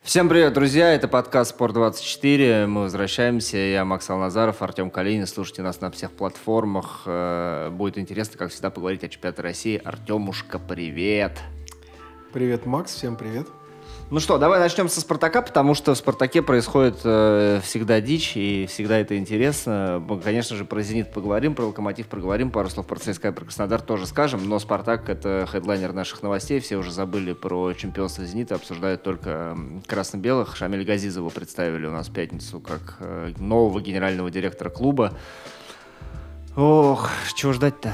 Всем привет, друзья! Это подкаст «Спорт24». Мы возвращаемся. Я Макс Алназаров, Артем Калинин. Слушайте нас на всех платформах. Будет интересно, как всегда, поговорить о чемпионате России. Артемушка, привет! Привет, Макс. Всем привет. Ну что, давай начнем со «Спартака», потому что в «Спартаке» происходит всегда дичь, и всегда это интересно. Мы, конечно же, про «Зенит» поговорим, про «Локомотив» проговорим, пару слов про ЦСКА, про Краснодар тоже скажем, но «Спартак» — это хедлайнер наших новостей, все уже забыли про чемпионство «Зенита», обсуждают только красно-белых. Шамиля Газизова представили у нас в пятницу как нового генерального директора клуба. Ох, чего ждать-то?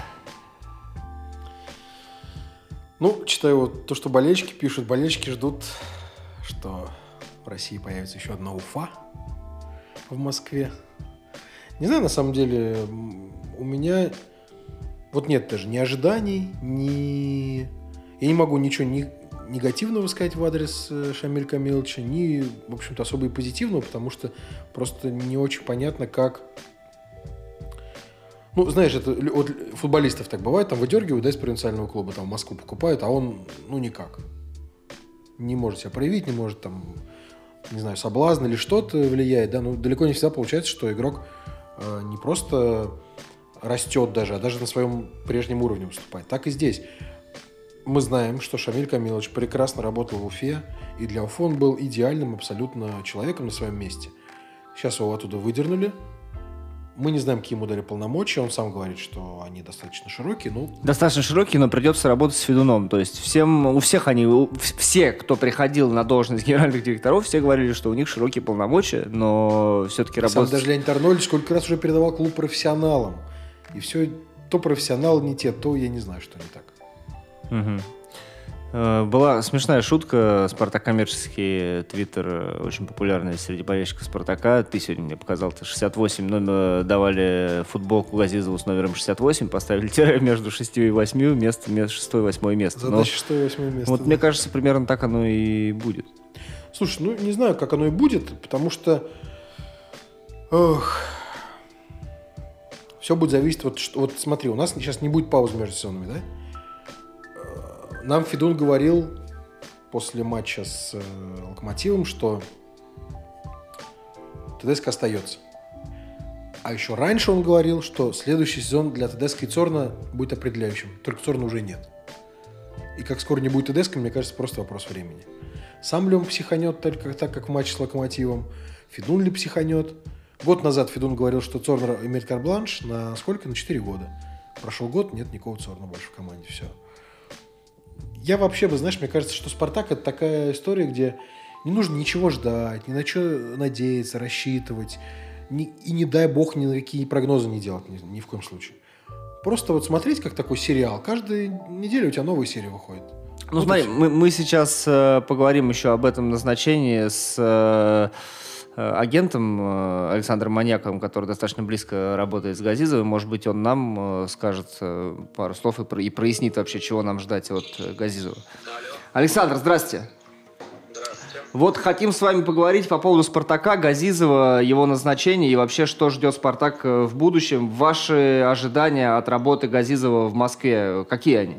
Ну, читаю вот то, что болельщики пишут. Болельщики ждут, что в России появится еще одна Уфа в Москве. Не знаю, на самом деле, у меня вот нет даже ни ожиданий, ни... Я не могу ничего негативного сказать в адрес Шамиля Камиловича, ни, в общем-то, особо и позитивного, потому что просто не очень понятно, как... Ну, знаешь, это от футболистов так бывает, там выдергивают, да, из провинциального клуба, там в Москву покупают, а он, ну, никак. Не может себя проявить, не может там, не знаю, соблазн или что-то влияет, да, ну, далеко не всегда получается, что игрок не просто растет даже, а даже на своем прежнем уровне выступает. Так и здесь. Мы знаем, что Шамиль Камилович прекрасно работал в Уфе, и для Уфы он был идеальным абсолютно человеком на своем месте. Сейчас его оттуда выдернули. Мы не знаем, какие ему дали полномочия. Он сам говорит, что они достаточно широкие. Достаточно широкие, но придется работать с Федуном. То есть все, кто приходил на должность генеральных директоров, все говорили, что у них широкие полномочия, но все-таки работать... Сам даже Леонид Арнольдович сколько раз уже передавал клуб профессионалам. И все, то профессионалы не те, то я не знаю, что не так. Угу. Была смешная шутка. «Спартак» коммерческий твиттер, очень популярный среди болельщиков «Спартака». Ты сегодня мне показал, 68 номер, давали футболку Газизову с номером 68, поставили тире между 6 и 8, место 6 и 8 место. Задача 6 и 8 место. Вот, да. Мне кажется, примерно так оно и будет. Слушай, ну не знаю, как оно и будет, потому что все будет зависеть. Вот смотри, у нас сейчас не будет паузы между сезонами, да? Нам Федун говорил после матча с Локомотивом, что ТДСК остается. А еще раньше он говорил, что следующий сезон для ТДСК и ЦОРНа будет определяющим. Только ЦОРНа уже нет. И как скоро не будет ТДСК, мне кажется, просто вопрос времени. Сам ли он психанет так, как в матче с Локомотивом? Федун ли психанет? Год назад Федун говорил, что ЦОРНа имеет карт-бланш на сколько? На 4 года. Прошел год, нет никакого ЦОРНа больше в команде. Все. Я вообще, знаешь, мне кажется, что «Спартак» — это такая история, где не нужно ничего ждать, ни на что надеяться, рассчитывать. И не дай бог ни на какие прогнозы не делать ни в коем случае. Просто вот смотреть, как такой сериал. Каждую неделю у тебя новая серия выходит. Ну, вот смотри, мы сейчас поговорим еще об этом назначении с агентом Александром Маньяковым, который достаточно близко работает с Газизовым. Может быть, он нам скажет пару слов и прояснит вообще, чего нам ждать от Газизова. Александр, здрасте. Здравствуйте. Вот хотим с вами поговорить по поводу «Спартака», Газизова, его назначения и вообще, что ждет «Спартак» в будущем. Ваши ожидания от работы Газизова в Москве, какие они?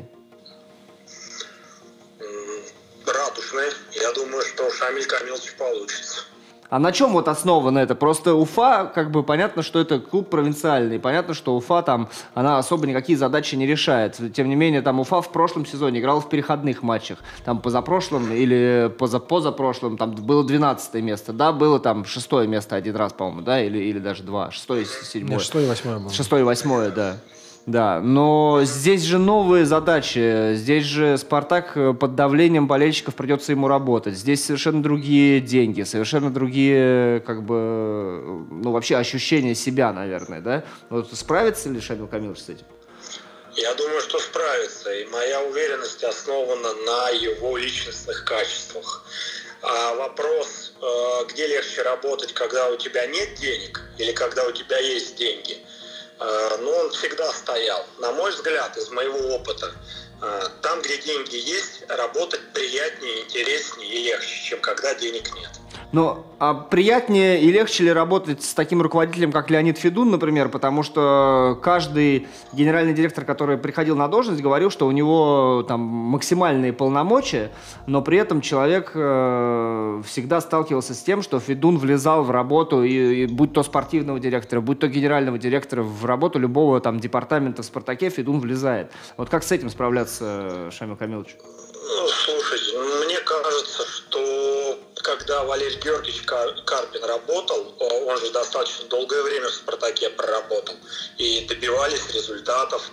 Радужные. Я думаю, что Шамиль Камилович получится. А на чем вот основано это? Просто Уфа, как бы понятно, что это клуб провинциальный. Понятно, что Уфа там, она особо никакие задачи не решает. Тем не менее, там Уфа в прошлом сезоне играла в переходных матчах. Там позапрошлом или позапрошлом там было 12 место. Да, было там 6 место один раз, по-моему, да? Или даже 2. 6 и 7. Нет, 6 и 8 было. 6 и 8, да. Да, но здесь же новые задачи, здесь же «Спартак» под давлением болельщиков придется ему работать, здесь совершенно другие деньги, совершенно другие, как бы, ну, вообще ощущения себя, наверное, да? Вот справится ли Шамиль Камилович с этим? Я думаю, что справится, и моя уверенность основана на его личностных качествах. А вопрос, где легче работать, когда у тебя нет денег или когда у тебя есть деньги, ну, он всегда стоял. На мой взгляд, из моего опыта, там, где деньги есть, работать приятнее, интереснее и легче, чем когда денег нет. А приятнее и легче ли работать с таким руководителем, как Леонид Федун, например, потому что каждый генеральный директор, который приходил на должность, говорил, что у него там максимальные полномочия, но при этом человек всегда сталкивался с тем, что Федун влезал в работу, и будь то спортивного директора, будь то генерального директора, в работу любого там департамента в «Спартаке» Федун влезает. Вот как с этим справляться, Шамиль Камилович? Слушайте, мне кажется, что когда Валерий Георгиевич Карпин работал, он же достаточно долгое время в «Спартаке» проработал, и добивались результатов,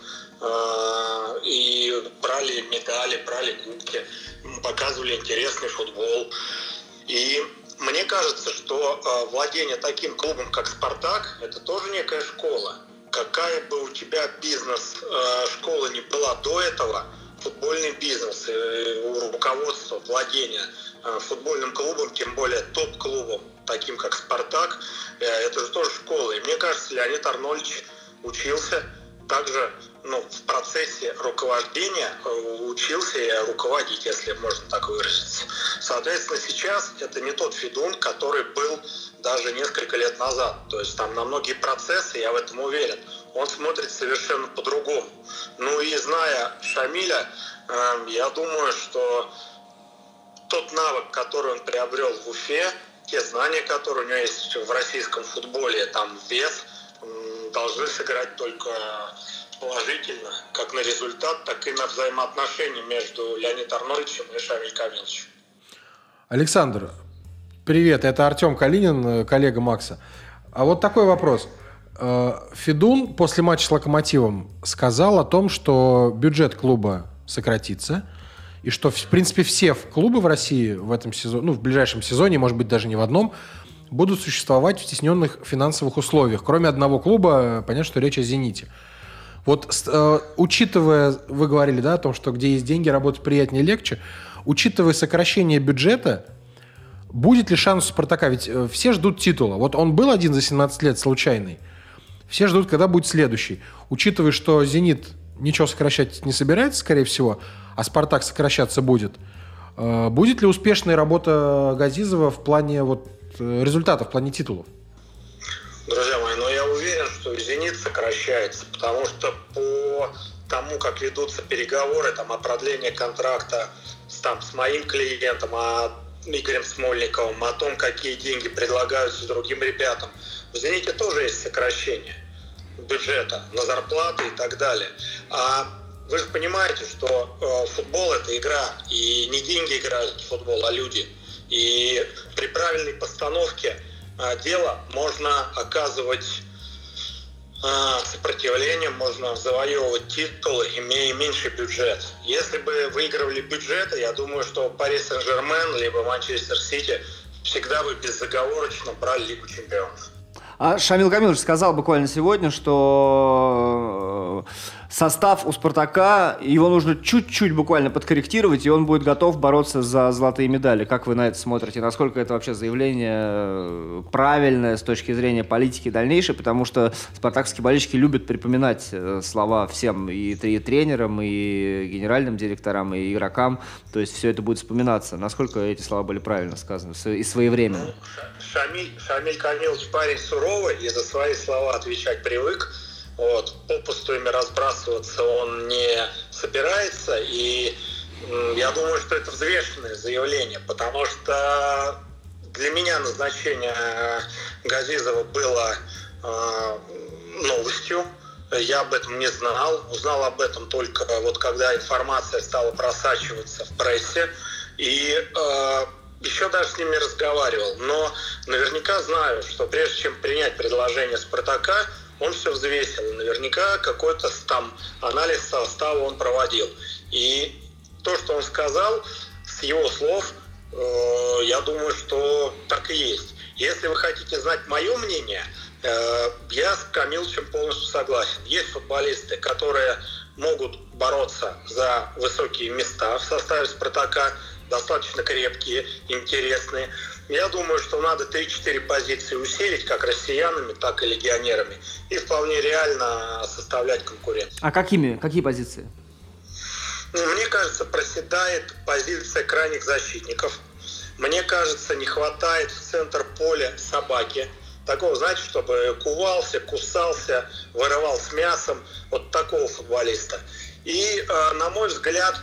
и брали медали, брали кубки, показывали интересный футбол. И мне кажется, что владение таким клубом, как «Спартак», это тоже некая школа. Какая бы у тебя бизнес-школа ни была до этого, футбольный бизнес, руководство, владение футбольным клубом, тем более топ-клубом, таким как «Спартак», это же тоже школа. И мне кажется, Леонид Арнольдович учился также в процессе руковождения, учился и руководить, если можно так выразиться. Соответственно, сейчас это не тот Федун, который был даже несколько лет назад. То есть там на многие процессы, я в этом уверен, он смотрит совершенно по-другому. И зная Шамиля, я думаю, что тот навык, который он приобрел в Уфе, те знания, которые у него есть в российском футболе, там вес, должны сыграть только положительно, как на результат, так и на взаимоотношения между Леонидом Арнольдовичем и Шамилем Камиловичем. Александр, привет, это Артем Калинин, коллега Макса. А вот такой вопрос. Федун после матча с «Локомотивом» сказал о том, что бюджет клуба сократится, и что, в принципе, все клубы в России в этом сезоне, в ближайшем сезоне, может быть, даже не в одном, будут существовать в стесненных финансовых условиях. Кроме одного клуба, понятно, что речь о «Зените». Вот, учитывая, вы говорили, да, о том, что где есть деньги, работать приятнее и легче, учитывая сокращение бюджета, будет ли шанс у «Спартака»? Ведь все ждут титула. Вот он был один за 17 лет случайный. Все ждут, когда будет следующий. Учитывая, что «Зенит» ничего сокращать не собирается, скорее всего, а «Спартак» сокращаться будет, будет ли успешная работа Газизова в плане результатов, в плане титулов? Друзья мои, я уверен, что «Зенит» сокращается, потому что по тому, как ведутся переговоры о продлении контракта с моим клиентом, Игорем Смольниковым, о том, какие деньги предлагаются другим ребятам, в «Зените» тоже есть сокращение бюджета на зарплаты и так далее. А вы же понимаете, что футбол – это игра, и не деньги играют в футбол, а люди. И при правильной постановке дела можно оказывать сопротивление, можно завоевывать титулы, имея меньший бюджет. Если бы выигрывали бюджеты, я думаю, что Пари Сен-Жермен либо Манчестер Сити всегда бы безоговорочно брали Лигу чемпионов. А Шамиль Камилович сказал буквально сегодня, что состав у «Спартака», его нужно чуть-чуть буквально подкорректировать, и он будет готов бороться за золотые медали. Как вы на это смотрите? Насколько это вообще заявление правильное с точки зрения политики дальнейшей? Потому что спартаковские болельщики любят припоминать слова всем, и тренерам, и генеральным директорам, и игрокам. То есть все это будет вспоминаться. Насколько эти слова были правильно сказаны и своевременно? Шамиль Камилович парень суровый, и за свои слова отвечать привык. Попусту ими разбрасываться он не собирается, и я думаю, что это взвешенное заявление, потому что для меня назначение Газизова было новостью. Я об этом не знал, узнал об этом только когда информация стала просачиваться в прессе, и еще даже с ним не разговаривал, но наверняка знаю, что прежде чем принять предложение «Спартака», он все взвесил. Наверняка какой-то анализ состава он проводил. И то, что он сказал, с его слов, я думаю, что так и есть. Если вы хотите знать мое мнение, я с Камиловичем полностью согласен. Есть футболисты, которые могут бороться за высокие места в составе «Спартака», достаточно крепкие, интересные. Я думаю, что надо 3-4 позиции усилить, как россиянами, так и легионерами, и вполне реально составлять конкуренцию. А какие позиции? Мне кажется, проседает позиция крайних защитников. Мне кажется, не хватает в центр поля собаки. Такого, знаете, чтобы кувался, кусался, вырывал с мясом. Вот такого футболиста. И, на мой взгляд,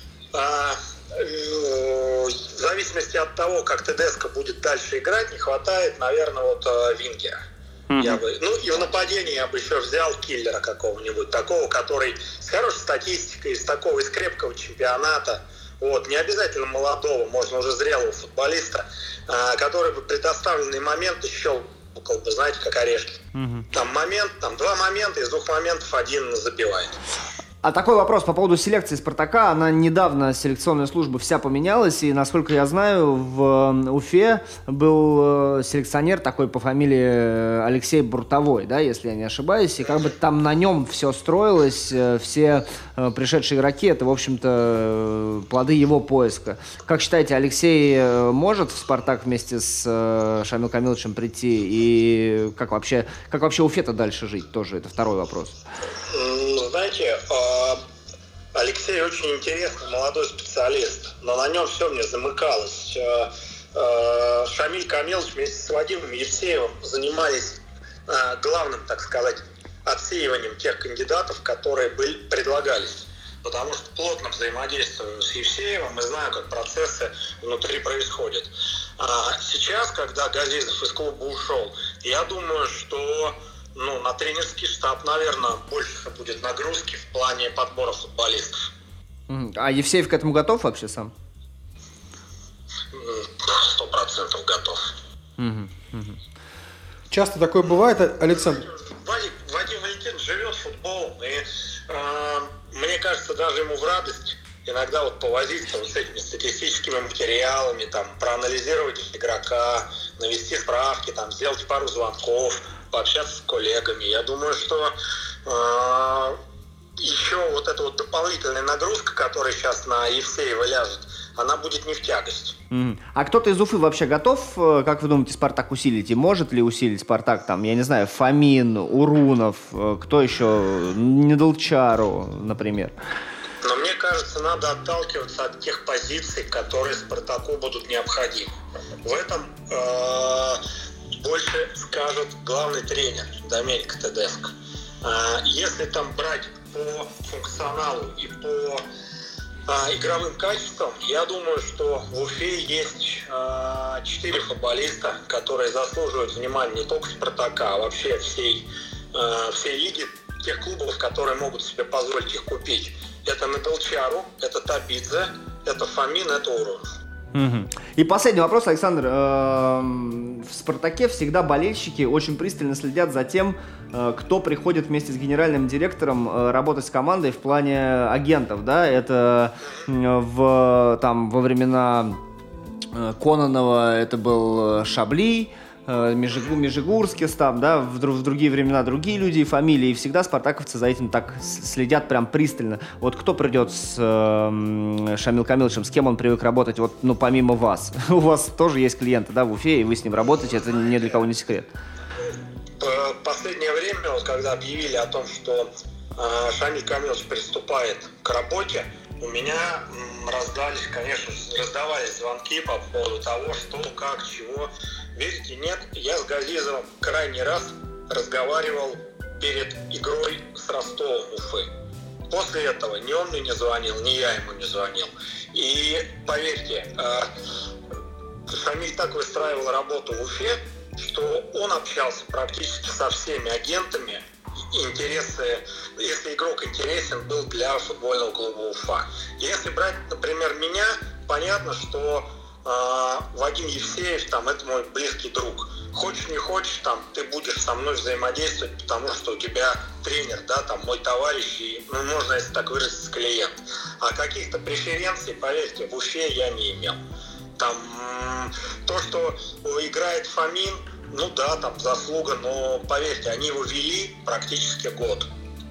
в зависимости от того, как Тедеско будет дальше играть, не хватает, наверное, вингера. И в нападении я бы еще взял киллера какого-нибудь, такого, который с хорошей статистикой, из крепкого чемпионата. Не обязательно молодого, можно уже зрелого футболиста, который бы предоставленный момент щелкал бы, знаете, как орешки. Там два момента, из двух моментов один забивает. А такой вопрос по поводу селекции «Спартака». Она недавно, селекционная служба вся поменялась, и, насколько я знаю, в Уфе был селекционер такой по фамилии Алексей Буртовой, да, если я не ошибаюсь, и как бы там на нем все строилось, все пришедшие игроки, это, в общем-то, плоды его поиска. Как считаете, Алексей может в «Спартак» вместе с Шамилом Камиловичем прийти, и как вообще Уфе-то дальше жить? Тоже это второй вопрос. Знаете, Алексей очень интересный молодой специалист, но на нем все мне замыкалось. Шамиль Камилович вместе с Вадимом Евсеевым занимались главным, так сказать, отсеиванием тех кандидатов, которые предлагались. Потому что плотно взаимодействуем с Евсеевым и знаю, как процессы внутри происходят. Сейчас, когда Газизов из клуба ушел, я думаю, что на тренерский штаб, наверное, больше будет нагрузки в плане подбора футболистов. А Евсеев к этому готов вообще сам? 100% готов. Часто такое бывает, Александр? Вадим Валентинович живет футболом, и мне кажется, даже ему в радость иногда повозиться с этими статистическими материалами, проанализировать игрока, навести справки, сделать пару звонков, пообщаться с коллегами. Я думаю, что еще эта дополнительная нагрузка, которая сейчас на Евсеева ляжет, она будет не в тягость. А кто-то из Уфы вообще готов, как вы думаете, «Спартак» усилить? И может ли усилить «Спартак» я не знаю, Фомин, Урунов, кто еще, Недолчару, например? Но мне кажется, надо отталкиваться от тех позиций, которые «Спартаку» будут необходимы. В этом больше скажет главный тренер Доменико Тедеско. Если брать по функционалу и по игровым качествам, я думаю, что в Уфе есть 4 футболиста, которые заслуживают внимания не только «Спартака», а вообще всей лиги, тех клубов, которые могут себе позволить их купить. Это Недолчару, это Табидзе, это Фомин, это Урунов. И последний вопрос, Александр. В «Спартаке» всегда болельщики очень пристально следят за тем, кто приходит вместе с генеральным директором работать с командой в плане агентов, да? Это во времена Кононова это был Шабли, Межигурскис, да, в другие времена другие люди и фамилии, и всегда спартаковцы за этим так следят прям пристально. Кто придет с Шамилом Камиловичем, с кем он привык работать, помимо вас? У вас тоже есть клиенты, да, в Уфе, и вы с ним работаете, это ни для кого не секрет. В последнее время, когда объявили о том, что Шамиль Камилович приступает к работе, у меня раздавались звонки по поводу того, что, как, чего. Верите, нет, я с Газизовым крайний раз разговаривал перед игрой с Ростовом Уфы. После этого ни он мне не звонил, ни я ему не звонил. И поверьте, Шамиль так выстраивал работу в Уфе, что он общался практически со всеми агентами. Интересы, если игрок интересен, был для футбольного клуба Уфа. Если брать, например, меня, понятно, что Вадим Евсеев, это мой близкий друг. Хочешь, не хочешь, ты будешь со мной взаимодействовать, потому что у тебя тренер, мой товарищ, и, можно, если так выразиться, клиент. А каких-то преференций, поверьте, в Уфе я не имел. То, что играет Фомин, заслуга, но, поверьте, они его вели практически год.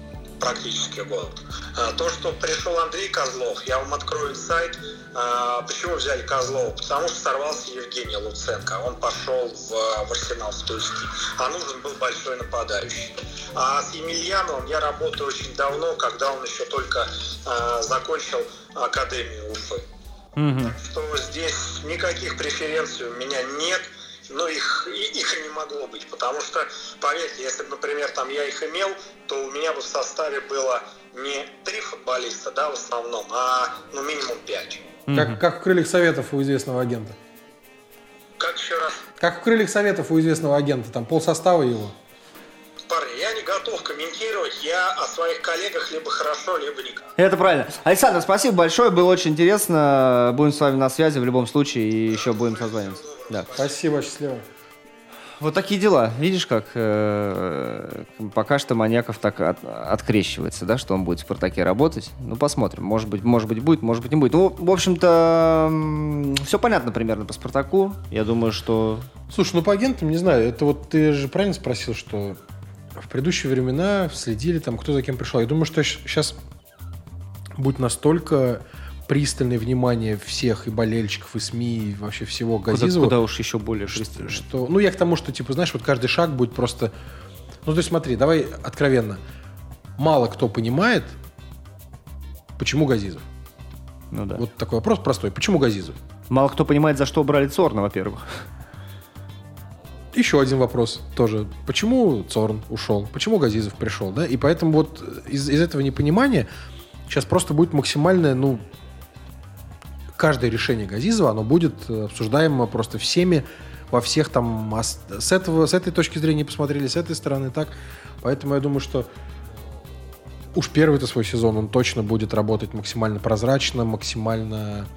То, что пришел Андрей Козлов, я вам открою сайт. Почему взяли Козлова? Потому что сорвался Евгений Луценко. Он пошел в Арсенал в Тульский. А нужен был большой нападающий. А с Емельяновым я работаю очень давно, когда он еще только закончил Академию Уфы. Так что здесь никаких преференций у меня нет. Но их и не могло быть, потому что, поверьте, если бы, например, там я их имел, то у меня бы в составе было не 3 футболиста, да, в основном, а минимум 5. Как в «Крыльях Советов» у известного агента. Как еще раз? Как в «Крыльях Советов» у известного агента, там полсостава его. Парни, я не готов комментировать, я о своих коллегах либо хорошо, либо никак. Это правильно. Александр, спасибо большое, было очень интересно. Будем с вами на связи в любом случае и еще будем созваниваться. Да. Спасибо, счастливо. Вот такие дела. Видишь, как пока что Маньяков так открещивается, да, что он будет в «Спартаке» работать. Ну, посмотрим. Может быть будет, может быть, не будет. Ну, в общем-то, все понятно примерно по «Спартаку». Я думаю, что... Слушай, по агентам, не знаю, это вот ты же правильно спросил, что в предыдущие времена следили там, кто за кем пришел. Я думаю, что сейчас будет настолько пристальное внимание всех и болельщиков, и СМИ, и вообще всего Газизова. Куда уж еще более пристально. Что, я к тому, что, знаешь, вот каждый шаг будет просто... Ну, то есть смотри, давай откровенно. Мало кто понимает, почему Газизов. Ну да. Вот такой вопрос простой. Почему Газизов? Мало кто понимает, за что убрали Цорна, во-первых. Еще один вопрос тоже. Почему Цорн ушел? Почему Газизов пришел? Да? И поэтому вот из этого непонимания сейчас просто будет максимальное, каждое решение Газизова, оно будет обсуждаемо просто всеми, во всех там, с этой точки зрения посмотрели, с этой стороны так. Поэтому я думаю, что уж первый-то свой сезон он точно будет работать максимально прозрачно, максимально,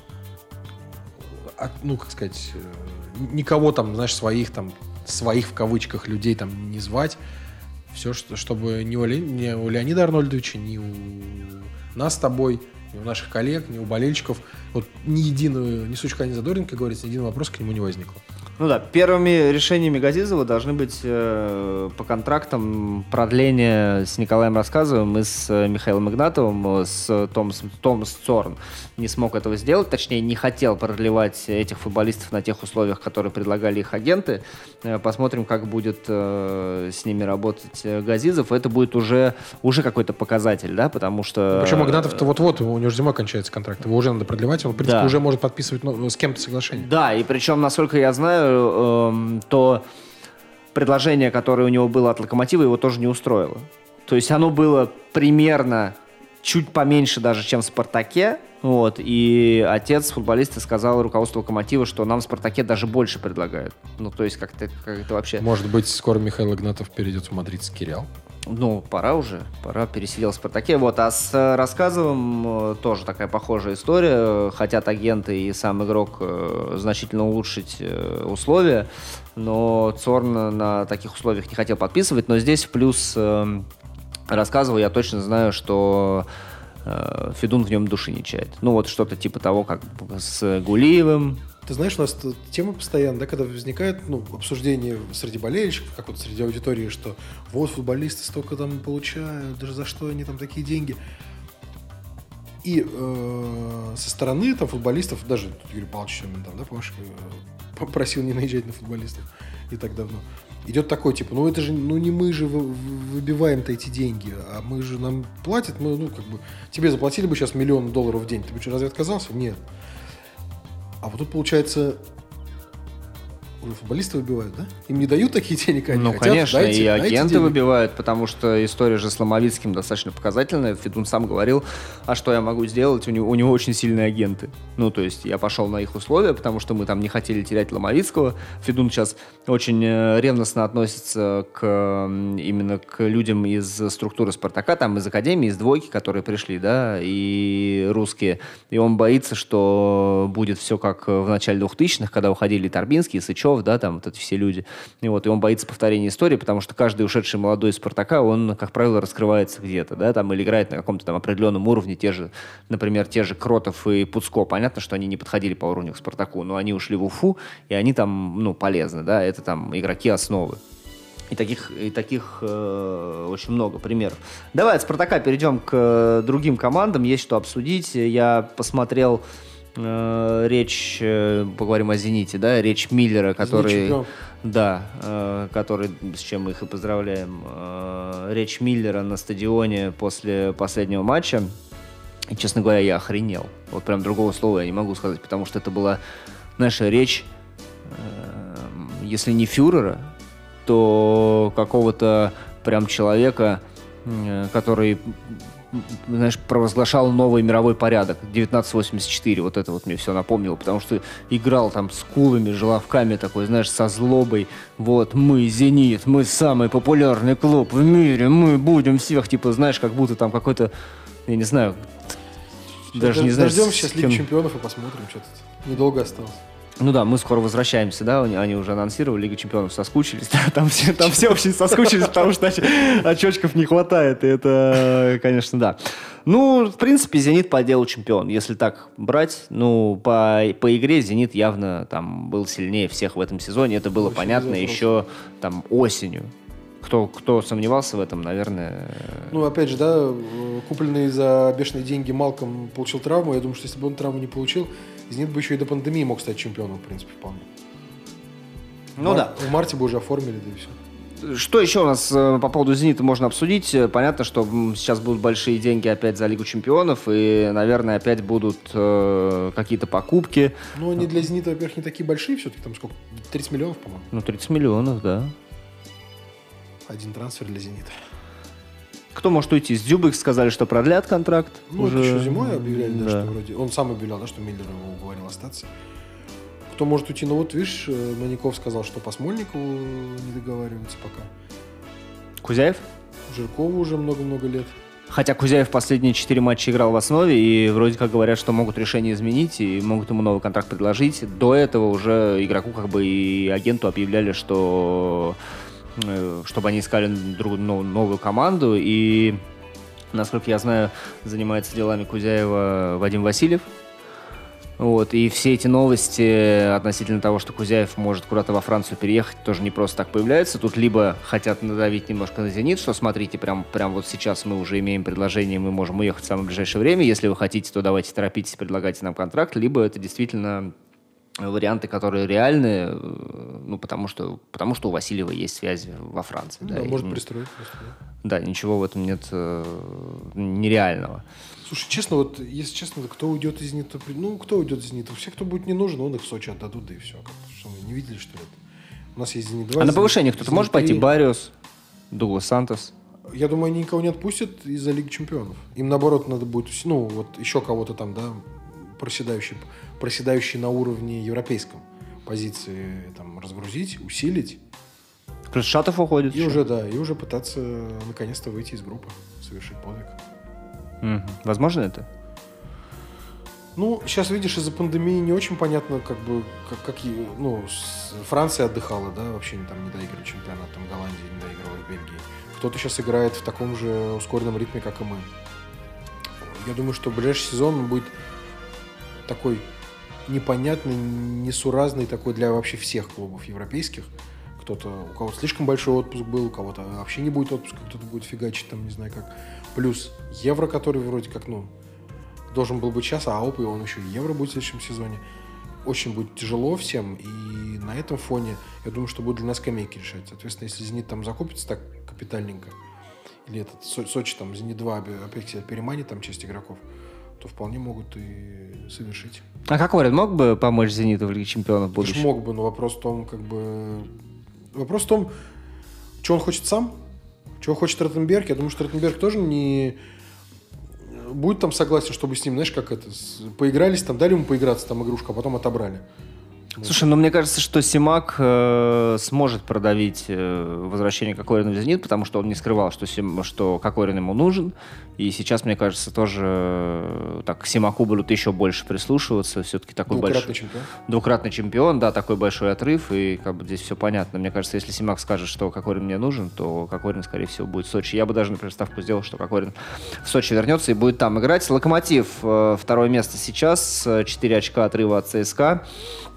никого там, знаешь, своих в кавычках людей там не звать. Все, чтобы ни у Леонида Арнольдовича, ни у нас с тобой, ни у наших коллег, ни у болельщиков вот ни сучка, ни задоринка, как говорится, ни единого вопроса к нему не возникло. Ну да, первыми решениями Газизова должны быть по контрактам продление с Николаем Рассказовым и с Михаилом Игнатовым, с Томас Цорн не смог этого сделать, точнее не хотел продлевать этих футболистов на тех условиях, которые предлагали их агенты. Посмотрим, как будет с ними работать Газизов. Это будет уже какой-то показатель, да, потому что... Причем Игнатов-то вот-вот, у него же зимой кончается контракт, его уже надо продлевать, он, в принципе, уже может подписывать с кем-то соглашение. Да, и причем, насколько я знаю, то предложение, которое у него было от «Локомотива», его тоже не устроило. То есть оно было примерно чуть поменьше даже, чем в «Спартаке». Вот, и отец футболиста сказал руководству «Локомотива», что нам в «Спартаке» даже больше предлагают. Ну, то есть как-то вообще... Может быть, скоро Михаил Игнатов перейдет в мадридский «Реал»? Ну, пора пересидел в «Спартаке». Вот, а с Рассказовым тоже такая похожая история. Хотят агенты и сам игрок значительно улучшить условия, но Цорн на таких условиях не хотел подписывать. Но здесь в плюс Рассказову я точно знаю, что Федун в нем души не чает. Ну, вот что-то типа того, как с Гулиевым. Ты знаешь, у нас тема постоянно, да, когда возникает обсуждение среди болельщиков, как вот среди аудитории, что вот футболисты столько там получают, даже за что они там такие деньги. И со стороны там футболистов, даже Юрий Павлович Семин там, да, помнишь, попросил не наезжать на футболистов и так давно. Идет такой, типа, это же, не мы же выбиваем-то эти деньги, а мы же нам платят, тебе заплатили бы сейчас $1 миллион в день, ты бы что, разве отказался? Нет. А вот тут, получается, уже футболисты выбивают, да? Им не дают такие денег, они хотят, конечно, дайте, и агенты денег. выбивают, потому что история же с Ломовицким достаточно показательная. Федун сам говорил, а что я могу сделать? У него очень сильные агенты. Ну, то есть я пошел на их условия, потому что мы там не хотели терять Ломовицкого. Федун сейчас очень ревностно относится именно к людям из структуры «Спартака», там из академии, из двойки, которые пришли, да, и русские. И он боится, что будет все как в начале 2000-х, когда уходили Торбинский, Сычев, да, там вот эти все люди. И он боится повторения истории, потому что каждый ушедший молодой из «Спартака», он, как правило, раскрывается где-то, да, там, или играет на каком-то там определенном уровне, например, те же Кротов и Пуцко. Понятно, что они не подходили по уровню к «Спартаку», но они ушли в Уфу, и они там, полезны, да, это там игроки основы. И таких очень много примеров. Давай от «Спартака» перейдем к другим командам, есть что обсудить. Я посмотрел речь, поговорим о «Зените», да, речь Миллера, который, с чем мы их и поздравляем, речь Миллера на стадионе после последнего матча. И, честно говоря, я охренел. Вот прям другого слова я не могу сказать, потому что это была наша речь, если не фюрера, то какого-то прям человека, который, знаешь, провозглашал новый мировой порядок. 1984, вот это вот мне все напомнило, потому что играл там с кулами, желовками такой, знаешь, со злобой. Вот, мы, «Зенит», мы самый популярный клуб в мире, мы будем всех, типа, знаешь, как будто там какой-то, я не знаю, даже не знаю... Дождем сейчас Лиги Чемпионов и посмотрим, что тут недолго осталось. Ну да, мы скоро возвращаемся, да, они уже анонсировали, Лига Чемпионов соскучились, там все очень соскучились, потому что очечков не хватает, и это, конечно, да. Ну, в принципе, «Зенит» по делу чемпион, если так брать, ну, по игре «Зенит» явно там был сильнее всех в этом сезоне, это было понятно еще там осенью. Кто сомневался в этом, наверное... Ну, опять же, да, купленный за бешеные деньги Малком получил травму. Я думаю, что если бы он травму не получил, «Зенит» бы еще и до пандемии мог стать чемпионом, в принципе, вполне. Ну да. В марте бы уже оформили, да и все. Что еще у нас по поводу «Зенита» можно обсудить? Понятно, что сейчас будут большие деньги опять за Лигу Чемпионов, и, наверное, опять будут какие-то покупки. Ну, они для «Зенита», во-первых, не такие большие все-таки, там сколько? 30 миллионов, по-моему. Ну, 30 миллионов, да. Один трансфер для «Зенита». Кто может уйти? С Дзюбой сказали, что продлят контракт. Ну, уже... это еще зимой объявляли, да, что вроде... Он сам объявлял, да, что Миллер его уговорил остаться. Кто может уйти? Ну, вот, видишь, Маняков сказал, что по Смольникову не договаривается пока. Кузяев? Жиркову уже много-много лет. Хотя Кузяев последние 4 матча играл в основе, и вроде как говорят, что могут решение изменить, и могут ему новый контракт предложить. До этого уже игроку как бы и агенту объявляли, что... чтобы они искали новую команду. И, насколько я знаю, занимается делами Кузяева Вадим Васильев. Вот. И все эти новости относительно того, что Кузяев может куда-то во Францию переехать, тоже не просто так появляются. Тут либо хотят надавить немножко на «Зенит», что смотрите, прям вот сейчас мы уже имеем предложение, мы можем уехать в самое ближайшее время. Если вы хотите, то давайте торопитесь, предлагайте нам контракт. Либо это действительно... варианты, которые реальны, ну, потому что у Васильева есть связи во Франции. Да, может пристроить. Да, ничего в этом нет нереального. Слушай, честно, вот, если честно, кто уйдет из «Зенита»? Ну, кто уйдет из «Зенита»? Все, кто будет не нужен, он их в Сочи отдадут, да и все. Что, мы не видели, что ли? У нас есть «Зенит-2». А на повышение кто-то может пойти? Барриос, Дуглас Сантос? Я думаю, они никого не отпустят из-за Лиги Чемпионов. Им, наоборот, надо будет, ну, вот еще кого-то там, да, проседающие на уровне европейском позиции там разгрузить, усилить. Плюс Шатов уходит. И уже, да, и уже пытаться наконец-то выйти из группы, совершить подвиг. Возможно это? Ну, сейчас, видишь, из-за пандемии не очень понятно, как бы, ну, Франция отдыхала, да, вообще там не доигрывали чемпионат, там Голландия не доигрывала в Бельгии. Кто-то сейчас играет в таком же ускоренном ритме, как и мы. Я думаю, что ближайший сезон будет такой непонятный, несуразный такой для вообще всех клубов европейских. У кого-то слишком большой отпуск был, у кого-то вообще не будет отпуска, кто-то будет фигачить там, не знаю как. Плюс Евро, который вроде как, ну, должен был быть сейчас, а оп, и он еще и Евро будет в следующем сезоне. Очень будет тяжело всем, и на этом фоне, я думаю, что будет для нас скамейки решать. Соответственно, если «Зенит» там закупится так капитальненько, или этот Сочи там, «Зенит-2» опять себя переманит там часть игроков, то вполне могут и совершить. А Кокорин мог бы помочь «Зениту» в Лиге Чемпионов в будущем? Мог бы, но вопрос в том, вопрос в том, что он хочет сам, чего хочет Ротенберг. Я думаю, что Ротенберг тоже не будет там согласен, чтобы с ним, знаешь, как это, поигрались, там дали ему поиграться, там игрушку, а потом отобрали. Слушай, ну мне кажется, что Симак сможет продавить возвращение Кокорина в «Зенит», потому что он не скрывал, что Кокорин ему нужен. И сейчас, мне кажется, тоже так к Симаку будут еще больше прислушиваться. Все-таки такой двукратный чемпион, да, такой большой отрыв, и как бы здесь все понятно. Мне кажется, если Симак скажет, что Кокорин мне нужен, то Кокорин, скорее всего, будет в Сочи. Я бы даже, например, ставку сделал, что Кокорин в Сочи вернется и будет там играть. «Локомотив» второе место сейчас, 4 очка отрыва от ЦСКА.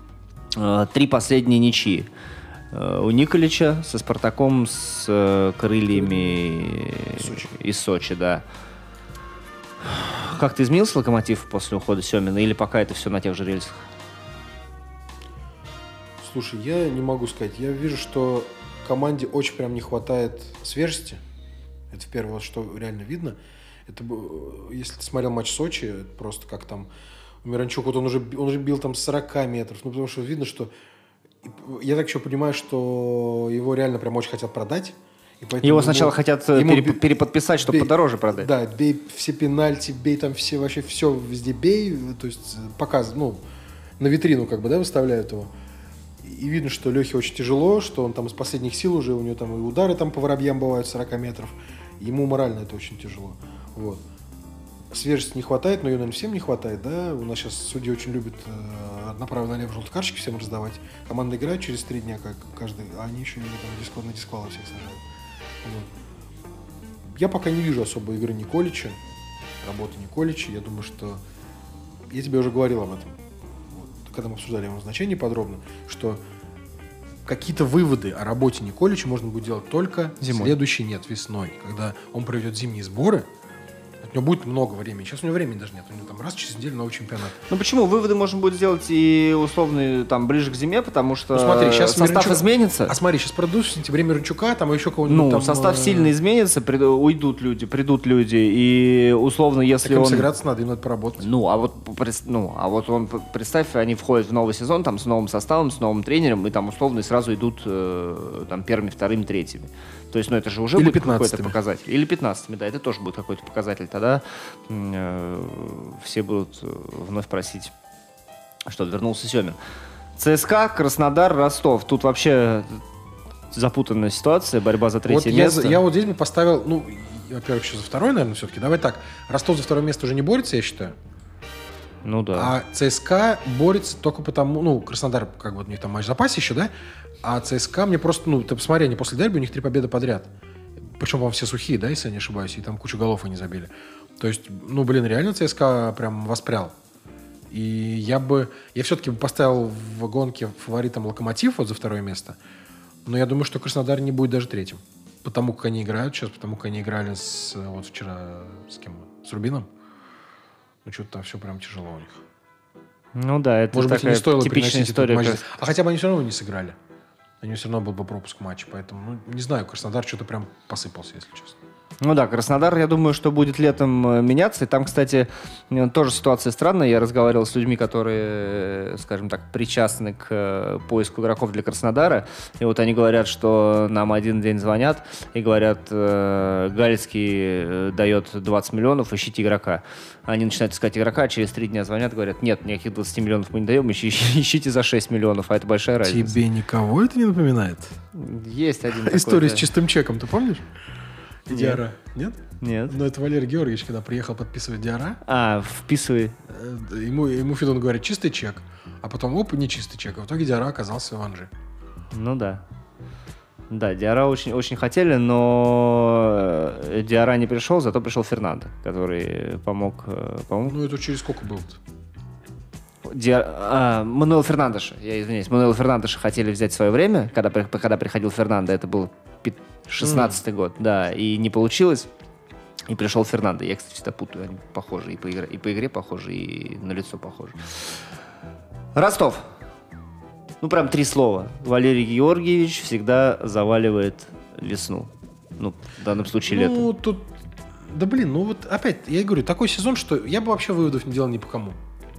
3 последние ничьи. У Николича со «Спартаком», с «Крыльями» из Сочи, да. Как-то изменился «Локомотив» после ухода Семина, или пока это все на тех же рельсах? Слушай, я не могу сказать. Я вижу, что команде очень прям не хватает свежести. Это в первое, что реально видно. Если ты смотрел матч Сочи, это просто как там Миранчук, вот он уже бил там с 40 метров. Ну, потому что видно, что... Я так еще понимаю, что его реально прям очень хотят продать. Его сначала хотят переподписать, чтобы подороже продать. Да, бей все пенальти, бей там вообще все везде бей. То есть показывают, на витрину как бы, да, выставляют его. И видно, что Лехе очень тяжело, что он там из последних сил уже, у него там и удары там по воробьям бывают 40 метров. Ему морально это очень тяжело. Вот. Свежести не хватает, но ее, наверное, всем не хватает, да. У нас сейчас судьи очень любят направо-налево желтые карточки всем раздавать. Команда играет через 3 дня, как каждый, а они еще там на дисквалы всех сажают. Вот. Я пока не вижу особой игры Николича, работы Николича. Я думаю, что... Я тебе уже говорил об этом, вот, когда мы обсуждали его значение подробно, что какие-то выводы о работе Николича можно будет делать только весной, весной, когда он проведет зимние сборы. У него будет много времени. Сейчас у него времени даже нет. У него там раз через неделю новый чемпионат. Ну почему? Выводы можно будет сделать и условно там ближе к зиме, потому что смотри, сейчас состав изменится. А смотри, сейчас пройдут в сентябре Миранчука, там еще кого-нибудь. Там, состав сильно изменится, уйдут люди, придут люди, и условно, если так им сыграться надо, им надо поработать. А вот он, представь, они входят в новый сезон там с новым составом, с новым тренером, и там условно сразу идут там первыми, вторыми, третьими. То есть, это же уже или будет какой-то показатель. Или 15-ми, да, это тоже будет какой-то показатель. Тогда все будут вновь просить, чтобы вернулся Семин. ЦСКА, Краснодар, Ростов. Тут вообще запутанная ситуация, борьба за третье место. Я вот здесь бы поставил, во-первых, еще за второе, наверное, все-таки. Давай так, Ростов за второе место уже не борется, я считаю. Ну да. А ЦСКА борется только потому, Краснодар, как бы у них там матч в запасе еще, да? А ЦСКА мне просто, ты посмотри, они после дерби, у них 3 победы подряд. Причем, по-моему, все сухие, да, если я не ошибаюсь, и там кучу голов они забили. То есть, реально ЦСКА прям воспрял. И я все-таки поставил в гонке фаворитом Локомотив вот за второе место. Но я думаю, что Краснодар не будет даже третьим. Потому как они играют сейчас, потому как они играли вчера с кем? С Рубином. Что-то там все прям тяжело у них. Ну да, это может быть, не стоило типичная история. А хотя бы они все равно не сыграли. Они все равно был бы пропуск матча. Поэтому, не знаю, Краснодар что-то прям посыпался, если честно. Ну да, Краснодар, я думаю, что будет летом меняться. И там, кстати, тоже ситуация странная. Я разговаривал с людьми, которые, скажем так, причастны к поиску игроков для Краснодара. И вот они говорят, что нам один день звонят и говорят, Галицкий дает 20 миллионов, ищите игрока. Они начинают искать игрока, а через 3 дня звонят, говорят, нет, никаких 20 миллионов мы не даем, ищите за 6 миллионов, а это большая разница. Тебе никого это не напоминает? Есть один такой. История с чистым чеком, ты помнишь? Диара. Нет? Нет. Но это Валерий Георгиевич, когда приехал подписывать Диара. Вписывай. Ему Федон говорит, чистый чек. А потом, не чистый чек. А в итоге Диара оказался в Анжи. Ну да. Да, Диара очень, очень хотели, но Диара не пришел, зато пришел Фернандо, который помог. Это через сколько было-то? Мануэл Фернандеша, я извиняюсь. Мануэл Фернандеша хотели взять в свое время, когда приходил Фернандо, это был 16-й год, да, и не получилось. И пришел Фернандо. Я, кстати, всегда путаю, они похожи и по игре похожи, и на лицо похожи. Ростов. Прям 3 слова. Валерий Георгиевич всегда заваливает весну. В данном случае лето. Тут... Да опять, я говорю, такой сезон, что я бы вообще выводов не делал ни по кому.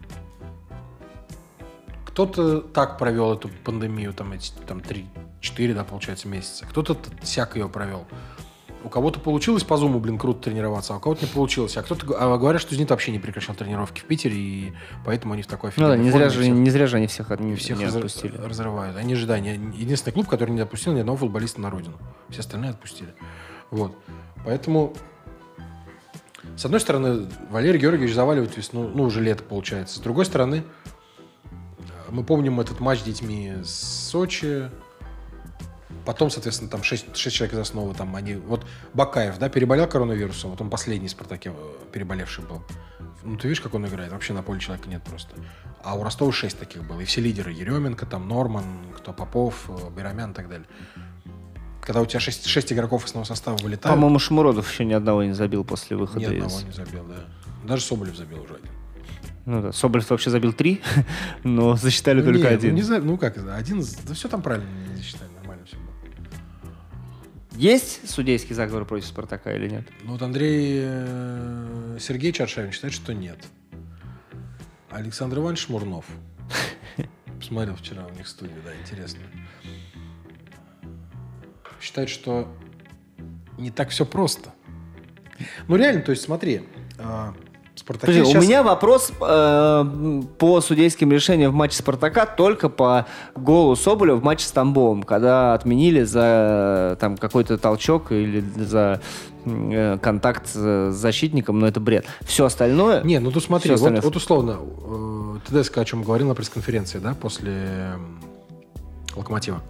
Кто-то так провел эту пандемию, там 3-4, да, получается, месяца. Кто-то сяк ее провел. У кого-то получилось по зуму, круто тренироваться, а у кого-то не получилось. А кто-то говорят, что «Зенит» вообще не прекращал тренировки в Питере, и поэтому они в такой офигенной форме. Не зря же они всех не отпустили. Разрывают. Они же, единственный клуб, который не допустил ни одного футболиста на родину. Все остальные отпустили. Вот. Поэтому, с одной стороны, Валерий Георгиевич заваливает весну, уже лето получается. С другой стороны, мы помним этот матч с детьми с Сочи. Потом, соответственно, там 6 человек из основы. Там они... Вот Бакаев, да, переболел коронавирусом. Вот он последний в «Спартаке» переболевший был. Ты видишь, как он играет? Вообще на поле человека нет просто. А у Ростова 6 таких было. И все лидеры. Еременко, там, Норман, Попов, Берамян и так далее. Когда у тебя 6 игроков основного состава вылетают... По-моему, Шмуродов еще ни одного не забил после выхода. Ни одного не забил, да. Даже Соболев забил уже один. Да, Соболев вообще забил 3, но засчитали только 1. Один, да все там правильно не засчитали, нормально все было. Есть судейский заговор против «Спартака» или нет? Ну вот Андрей Сергеевич Аршавин считает, что нет. Александр Иванович Шмурнов. Посмотрел вчера у них студию, да, интересно. Считает, что не так все просто. Ну реально, то есть смотри, «Спартаке» Подожди, сейчас... у меня вопрос по судейским решениям в матче «Спартака» только по голу Соболя в матче с Тамбовом, когда отменили за там какой-то толчок или за контакт с защитником, но это бред. Все остальное... Не, ну тут смотри, остальное... вот условно, ТДСК о чем говорил на пресс-конференции, да, после «Локомотива».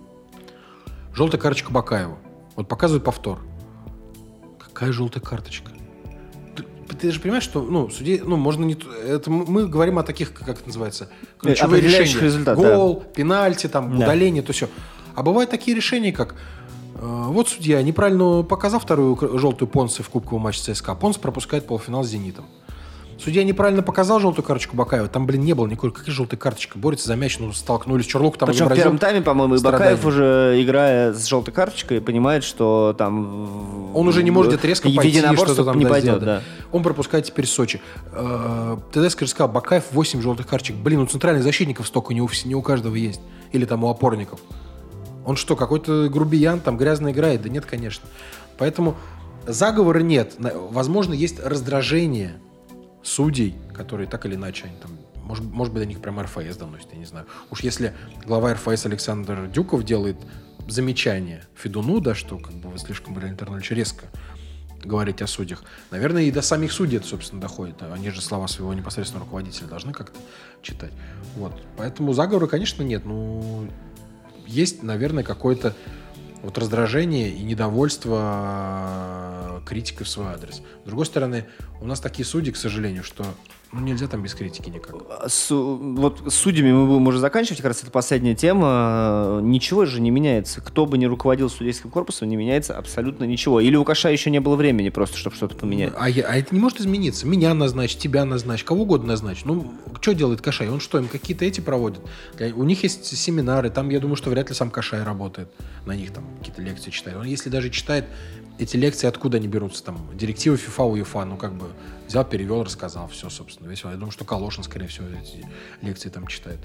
Желтая карточка Бакаеву. Вот показывают повтор. Какая желтая карточка? Ты же понимаешь, что, можно не... Это мы говорим о таких, как это называется, ключевые решения. Результат, гол, пенальти, удаление, то все. А бывают такие решения, как вот судья неправильно показал вторую желтую Понсе в кубковом матче ЦСКА. Понс пропускает полуфинал с «Зенитом». Судья неправильно показал желтую карточку Бакаева. Там, не было никакой. Какая желтая карточка? Борется за мяч, столкнулись. Чурлук там Причем в первом тайме, по-моему, и Бакаев уже, играя с желтой карточкой, понимает, что там... Он уже не может резко пойти, что-то там не пойдет, сделать. да. Он пропускает теперь Сочи. ТДСК сказал, Бакаев 8 желтых карточек. Блин, у центральных защитников столько не у каждого есть. Или там у опорников. Он что, какой-то грубиян, там грязно играет? Да нет, конечно. Поэтому заговора нет. Возможно, есть раздражение судей, которые так или иначе, они там, может быть, до них прям РФС доносит, я не знаю. Уж если глава РФС Александр Дюков делает замечание Федуну, да, что как бы вы слишком, Валерий Анатольевич, резко говорите о судьях, наверное, и до самих судей это, собственно, доходит. Они же слова своего непосредственного руководителя должны как-то читать. Вот. Поэтому заговора, конечно, нет. Ну, есть, наверное, какое-то вот раздражение и недовольство критикой в свой адрес. С другой стороны, у нас такие судьи, к сожалению, что нельзя там без критики никак. Вот с судьями мы будем уже заканчивать, как раз это последняя тема. Ничего же не меняется. Кто бы ни руководил судейским корпусом, не меняется абсолютно ничего. Или у Кашая еще не было времени просто, чтобы что-то поменять. А это не может измениться. Меня назначь, тебя назначь, кого угодно назначь. Ну, что делает Кашай? Он что, им какие-то эти проводит? У них есть семинары, там, я думаю, что вряд ли сам Кашай работает. На них там какие-то лекции читает. Он, если даже читает, эти лекции откуда они берутся? Там, директивы ФИФА, УЕФА, взял, перевел, рассказал, все, собственно, весело. Я думаю, что Калошин, скорее всего, эти лекции там читает.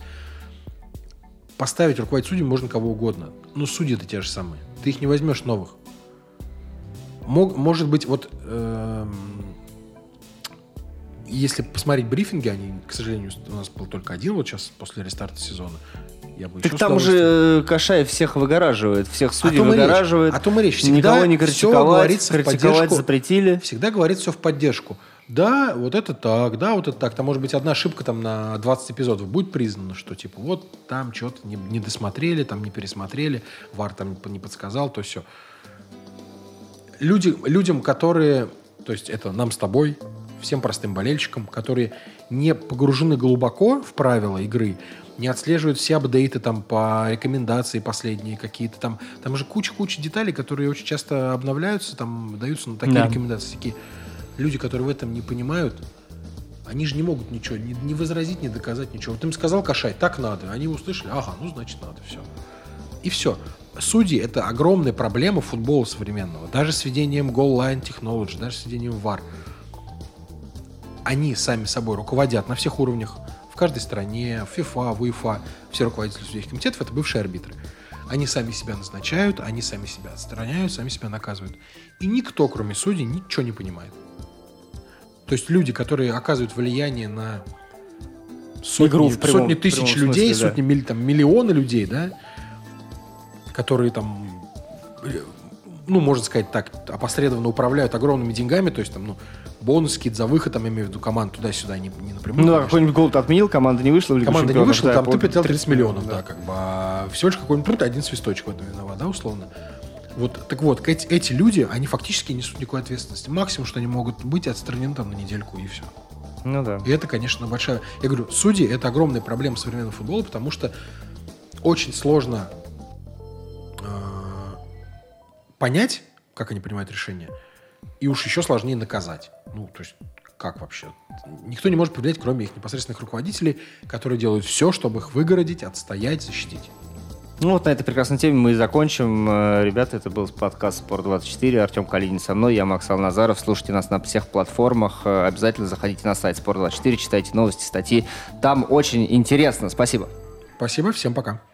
Поставить руководить судьями можно кого угодно. Но судьи-то те же самые. Ты их не возьмешь новых. Может быть, если посмотреть брифинги, они, к сожалению, у нас был только один вот сейчас после рестарта сезона. Так там же Кашаев всех выгораживает, всех судей выгораживает. О том и речь. Всегда никого не критиковать запретили. Всегда говорится все в поддержку. Да, вот это так, да, вот это так. Там может быть одна ошибка там на 20 эпизодов будет признана, что типа вот там что-то не досмотрели, там не пересмотрели, ВАР там не подсказал, то все. Людям, которые, то есть это нам с тобой, всем простым болельщикам, которые не погружены глубоко в правила игры, не отслеживают все апдейты там по рекомендации последние какие-то там. Там же куча деталей, которые очень часто обновляются, там даются на такие рекомендации. Такие люди, которые в этом не понимают, они же не могут ничего не возразить, не доказать ничего. Вот им сказал Кашай, так надо. Они услышали, ага, ну значит надо, все. И все. Судьи — это огромная проблема футбола современного. Даже с введением Goal Line Technology, даже с введением VAR. Они сами собой руководят на всех уровнях. В каждой стране, в ФИФА, в УЕФА, все руководители судейских комитетов — это бывшие арбитры. Они сами себя назначают, они сами себя отстраняют, сами себя наказывают. И никто, кроме судей, ничего не понимает. То есть люди, которые оказывают влияние на сотни тысяч людей, смысле, миллионы людей, да, которые там, можно сказать так, опосредованно управляют огромными деньгами, то есть там, бонусы какие-то за выход, там, я имею в виду команду туда-сюда, не напрямую. Какой-нибудь гол ты отменил, команда не вышла. Команда не вышла, там ты потерял 30 миллионов, да, а всего лишь какой-нибудь один свисточек в этом виноват, да, условно. Так вот, эти люди, они фактически несут никакой ответственности. Максимум, что они могут быть отстранены там на недельку, и все. Ну да. И это, конечно, большая... Я говорю, судьи — это огромная проблема современного футбола, потому что очень сложно понять, как они принимают решения, и уж еще сложнее наказать. То есть, как вообще? Никто не может повлиять, кроме их непосредственных руководителей, которые делают все, чтобы их выгородить, отстоять, защитить. Ну вот на этой прекрасной теме мы и закончим. Ребята, это был подкаст «Спорт24». Артем Калинин со мной, я Максал Назаров. Слушайте нас на всех платформах. Обязательно заходите на сайт «Спорт24», читайте новости, статьи. Там очень интересно. Спасибо. Спасибо, всем пока.